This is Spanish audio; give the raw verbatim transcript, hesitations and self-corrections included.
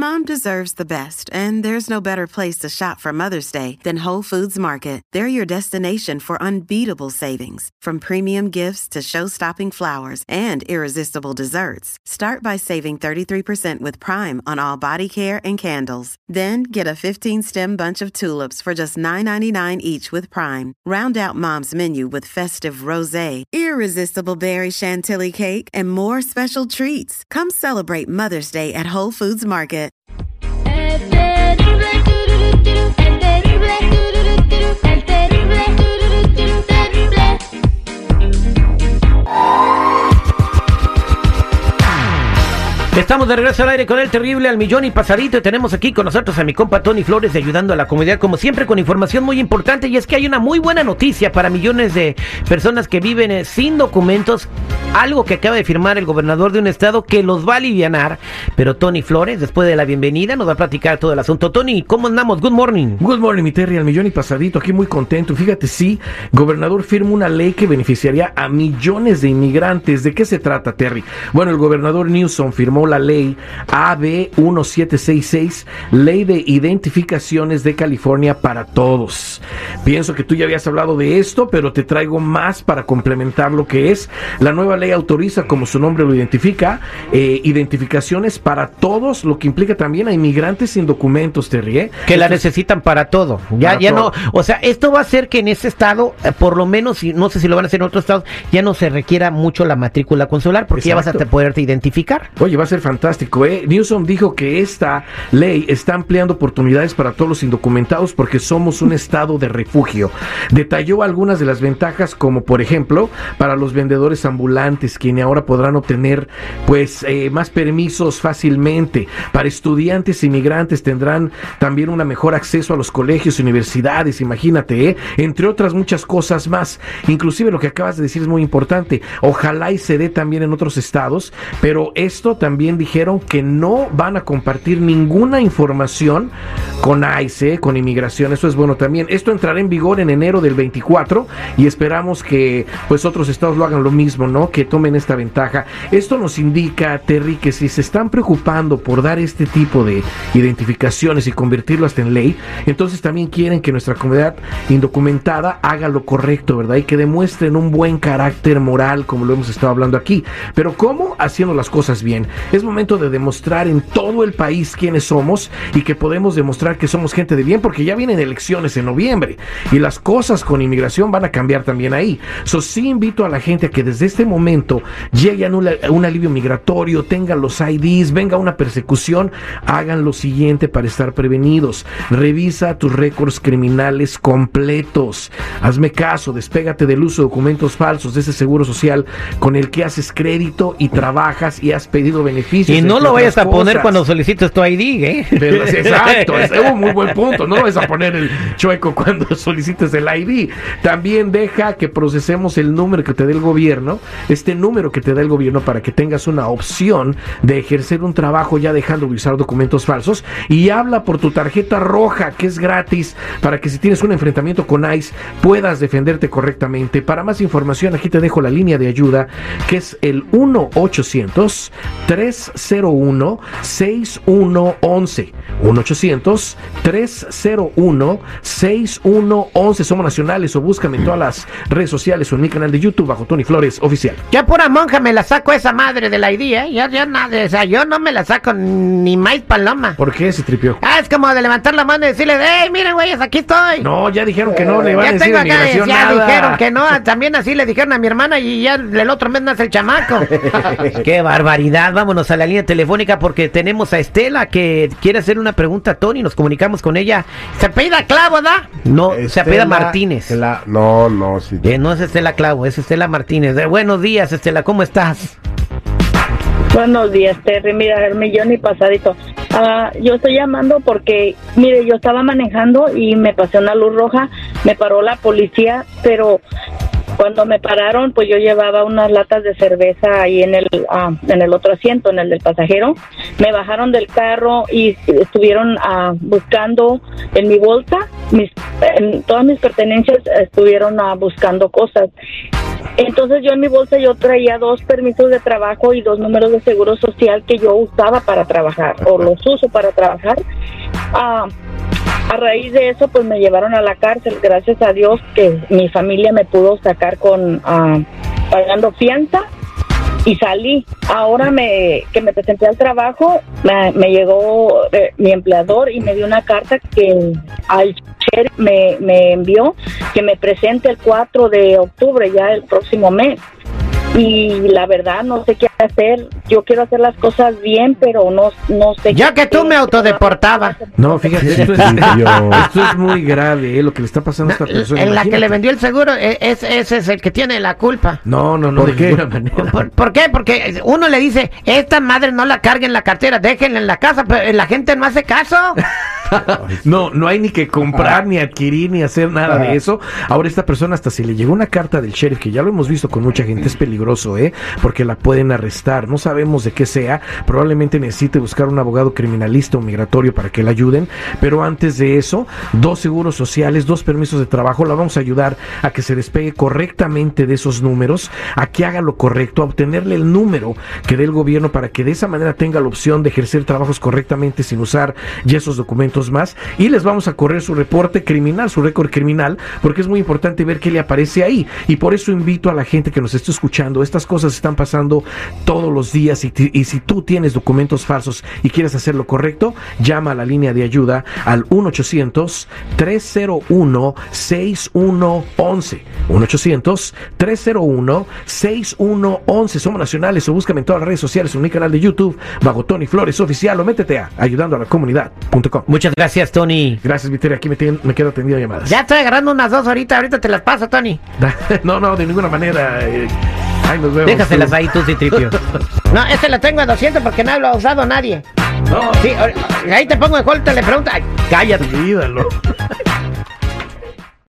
Mom deserves the best, and there's no better place to shop for Mother's Day than Whole Foods Market. They're your destination for unbeatable savings, from premium gifts to show-stopping flowers and irresistible desserts. Start by saving thirty-three percent with Prime on all body care and candles. Then get a fifteen-stem bunch of tulips for just nine ninety-nine each with Prime. Round out Mom's menu with festive rosé, irresistible berry chantilly cake, and more special treats. Come celebrate Mother's Day at Whole Foods Market. Estamos de regreso al aire con el terrible al millón y pasadito, y tenemos aquí con nosotros a mi compa Tony Flores de Ayudando a la Comunidad, como siempre con información muy importante, y es que hay una muy buena noticia para millones de personas que viven eh, sin documentos, algo que acaba de firmar el gobernador de un estado que los va a alivianar. Pero Tony Flores, después de la bienvenida, nos va a platicar todo el asunto. Tony, ¿cómo andamos? Good morning. Good morning, mi Terry, al millón y pasadito, aquí muy contento. Fíjate, sí, gobernador firma una ley que beneficiaría a millones de inmigrantes. ¿De qué se trata, Terry? Bueno, el gobernador Newsom firmó la ley A B diecisiete sesenta y seis, Ley de Identificaciones de California para Todos. Pienso que tú ya habías hablado de esto, pero te traigo más para complementar lo que es. La nueva ley autoriza, como su nombre lo identifica, eh, identificaciones para todos, lo que implica también a inmigrantes sin documentos, Terry, ¿eh? Que la necesitan para todo. Ya, para ya todo. No, o sea, esto va a hacer que en este estado, eh, por lo menos, y no sé si lo van a hacer en otros estados, ya no se requiera mucho la matrícula consular, porque Exacto. ya vas a poderte identificar. Oye, va a ser fantástico, ¿eh? Newsom dijo que esta ley está ampliando oportunidades para todos los indocumentados porque somos un estado de refugio. Detalló algunas de las ventajas, como por ejemplo, para los vendedores ambulantes, quienes ahora podrán obtener pues eh, más permisos fácilmente. Para estudiantes inmigrantes tendrán también un mejor acceso a los colegios y universidades, imagínate, ¿eh? Entre otras muchas cosas más. Inclusive lo que acabas de decir es muy importante. Ojalá y se dé también en otros estados, pero esto también dijeron que no van a compartir ninguna información con ICE, ¿eh? Con inmigración. Eso es bueno también. Esto entrará en vigor en enero del veinticuatro y esperamos que pues otros estados lo hagan lo mismo, ¿no? Que tomen esta ventaja. Esto nos indica, Terry, que si se están preocupando por dar este tipo de identificaciones y convertirlo hasta en ley, entonces también quieren que nuestra comunidad indocumentada haga lo correcto, ¿verdad? Y que demuestren un buen carácter moral, como lo hemos estado hablando aquí. Pero ¿cómo? Haciendo las cosas bien. Es momento de demostrar en todo el país quiénes somos y que podemos demostrar que somos gente de bien, porque ya vienen elecciones en noviembre y las cosas con inmigración van a cambiar también ahí. So, sí invito a la gente a que desde este momento llegue a un, a un alivio migratorio, tengan los I Ds, venga una persecución, hagan lo siguiente para estar prevenidos. Revisa tus récords criminales completos. Hazme caso, despégate del uso de documentos falsos de ese seguro social con el que haces crédito y trabajas y has pedido beneficios. Y no lo vayas a poner cosas cuando solicites tu I D, ¿eh? Pero, exacto, es un muy buen punto. No lo vayas a poner el chueco cuando solicites el I D. También deja que procesemos el número que te dé el gobierno, este número que te da el gobierno, para que tengas una opción de ejercer un trabajo ya dejando de usar documentos falsos, y habla por tu tarjeta roja, que es gratis, para que si tienes un enfrentamiento con ICE puedas defenderte correctamente. Para más información, aquí te dejo la línea de ayuda, que es el uno ochocientos, tres cero uno, seis uno once. uno ochocientos, tres cero uno, seis uno once. Somos nacionales, o búscame en todas las redes sociales o en mi canal de YouTube bajo Tony Flores Oficial. Ya pura monja me la saco esa madre del I D, ¿eh? Ya, ya nada, o sea, yo no me la saco ni más paloma. ¿Por qué se tripió? Ah, es como de levantar la mano y decirle, ¡hey, miren, güeyes, aquí estoy! No, ya dijeron que no le van ya a decir tengo inmigración acá, ya nada. dijeron que no, también así le dijeron a mi hermana y ya el otro mes nace el chamaco. ¡Qué barbaridad! Vámonos a la línea telefónica porque tenemos a Estela que quiere hacer una pregunta a Tony, nos comunicamos con ella. ¿Se apellida Clavo, da? No, Estela, se apellida Martínez. Estela, no, no, sí. Eh, no es Estela Clavo, es Estela Martínez. Eh, buenos días, Estela, ¿cómo estás? Buenos días, Terry. Mira, el millón y pasadito. Uh, yo estoy llamando porque, mire, yo estaba manejando y me pasé una luz roja, me paró la policía, pero cuando me pararon, pues yo llevaba unas latas de cerveza ahí en el uh, en el otro asiento, en el del pasajero. Me bajaron del carro y estuvieron uh, buscando en mi bolsa, mis, en todas mis pertenencias estuvieron uh, buscando cosas. Entonces yo en mi bolsa yo traía dos permisos de trabajo y dos números de seguro social que yo usaba para trabajar, o los uso para trabajar. Ah, a raíz de eso, pues me llevaron a la cárcel. Gracias a Dios que mi familia me pudo sacar con ah, pagando fianza y salí. Ahora me que me presenté al trabajo, me, me llegó eh, mi empleador y me dio una carta que al sheriff me, me envió que me presente el cuatro de octubre, ya el próximo mes. Y la verdad no sé qué hacer. Yo quiero hacer las cosas bien, pero no, no sé. Ya que tú me autodeportaba. No, fíjate, esto es, esto es muy grave, eh, lo que le está pasando a esta persona. En la que Imagínate. le vendió el seguro, e- es, ese es el que tiene la culpa. No, no, no, ¿Por de qué? ninguna manera. ¿Por, por qué? Porque uno le dice, esta madre no la cargue en la cartera, déjenla en la casa, pero la gente no hace caso. No, no hay ni que comprar, ni adquirir, ni hacer nada de eso. Ahora esta persona hasta si le llegó una carta del sheriff, que ya lo hemos visto con mucha gente, es peligroso, ¿eh? Porque la pueden arrestar. No sabemos de qué sea. Probablemente necesite buscar un abogado criminalista o migratorio para que la ayuden. Pero antes de eso, dos seguros sociales, dos permisos de trabajo, la vamos a ayudar a que se despegue correctamente de esos números, a que haga lo correcto, a obtenerle el número que dé el gobierno para que de esa manera tenga la opción de ejercer trabajos correctamente sin usar ya esos documentos más, y les vamos a correr su reporte criminal, su récord criminal, porque es muy importante ver qué le aparece ahí. Y por eso invito a la gente que nos esté escuchando, estas cosas están pasando todos los días, y, y si tú tienes documentos falsos y quieres hacer lo correcto, llama a la línea de ayuda al uno ochocientos, tres cero uno, seis uno once, uno ochocientos, tres cero uno, seis uno once. Somos nacionales, o búscame en todas las redes sociales, en mi canal de YouTube bajo Tony Flores Oficial, o métete a ayudando a la comunidad punto com. Muchas gracias, Tony. Gracias, Viteria. Aquí me, ten- me quedo atendido a llamadas. Ya estoy agarrando unas dos ahorita, ahorita te las paso, Tony. No, no, de ninguna manera. Eh, ahí nos vemos. Déjaselas tú. ahí tú, Citripio. No, este lo tengo a doscientos porque no lo ha usado nadie. No, Sí, ahí te pongo en hold, te le pregunta. Ay, cállate. olvídalo.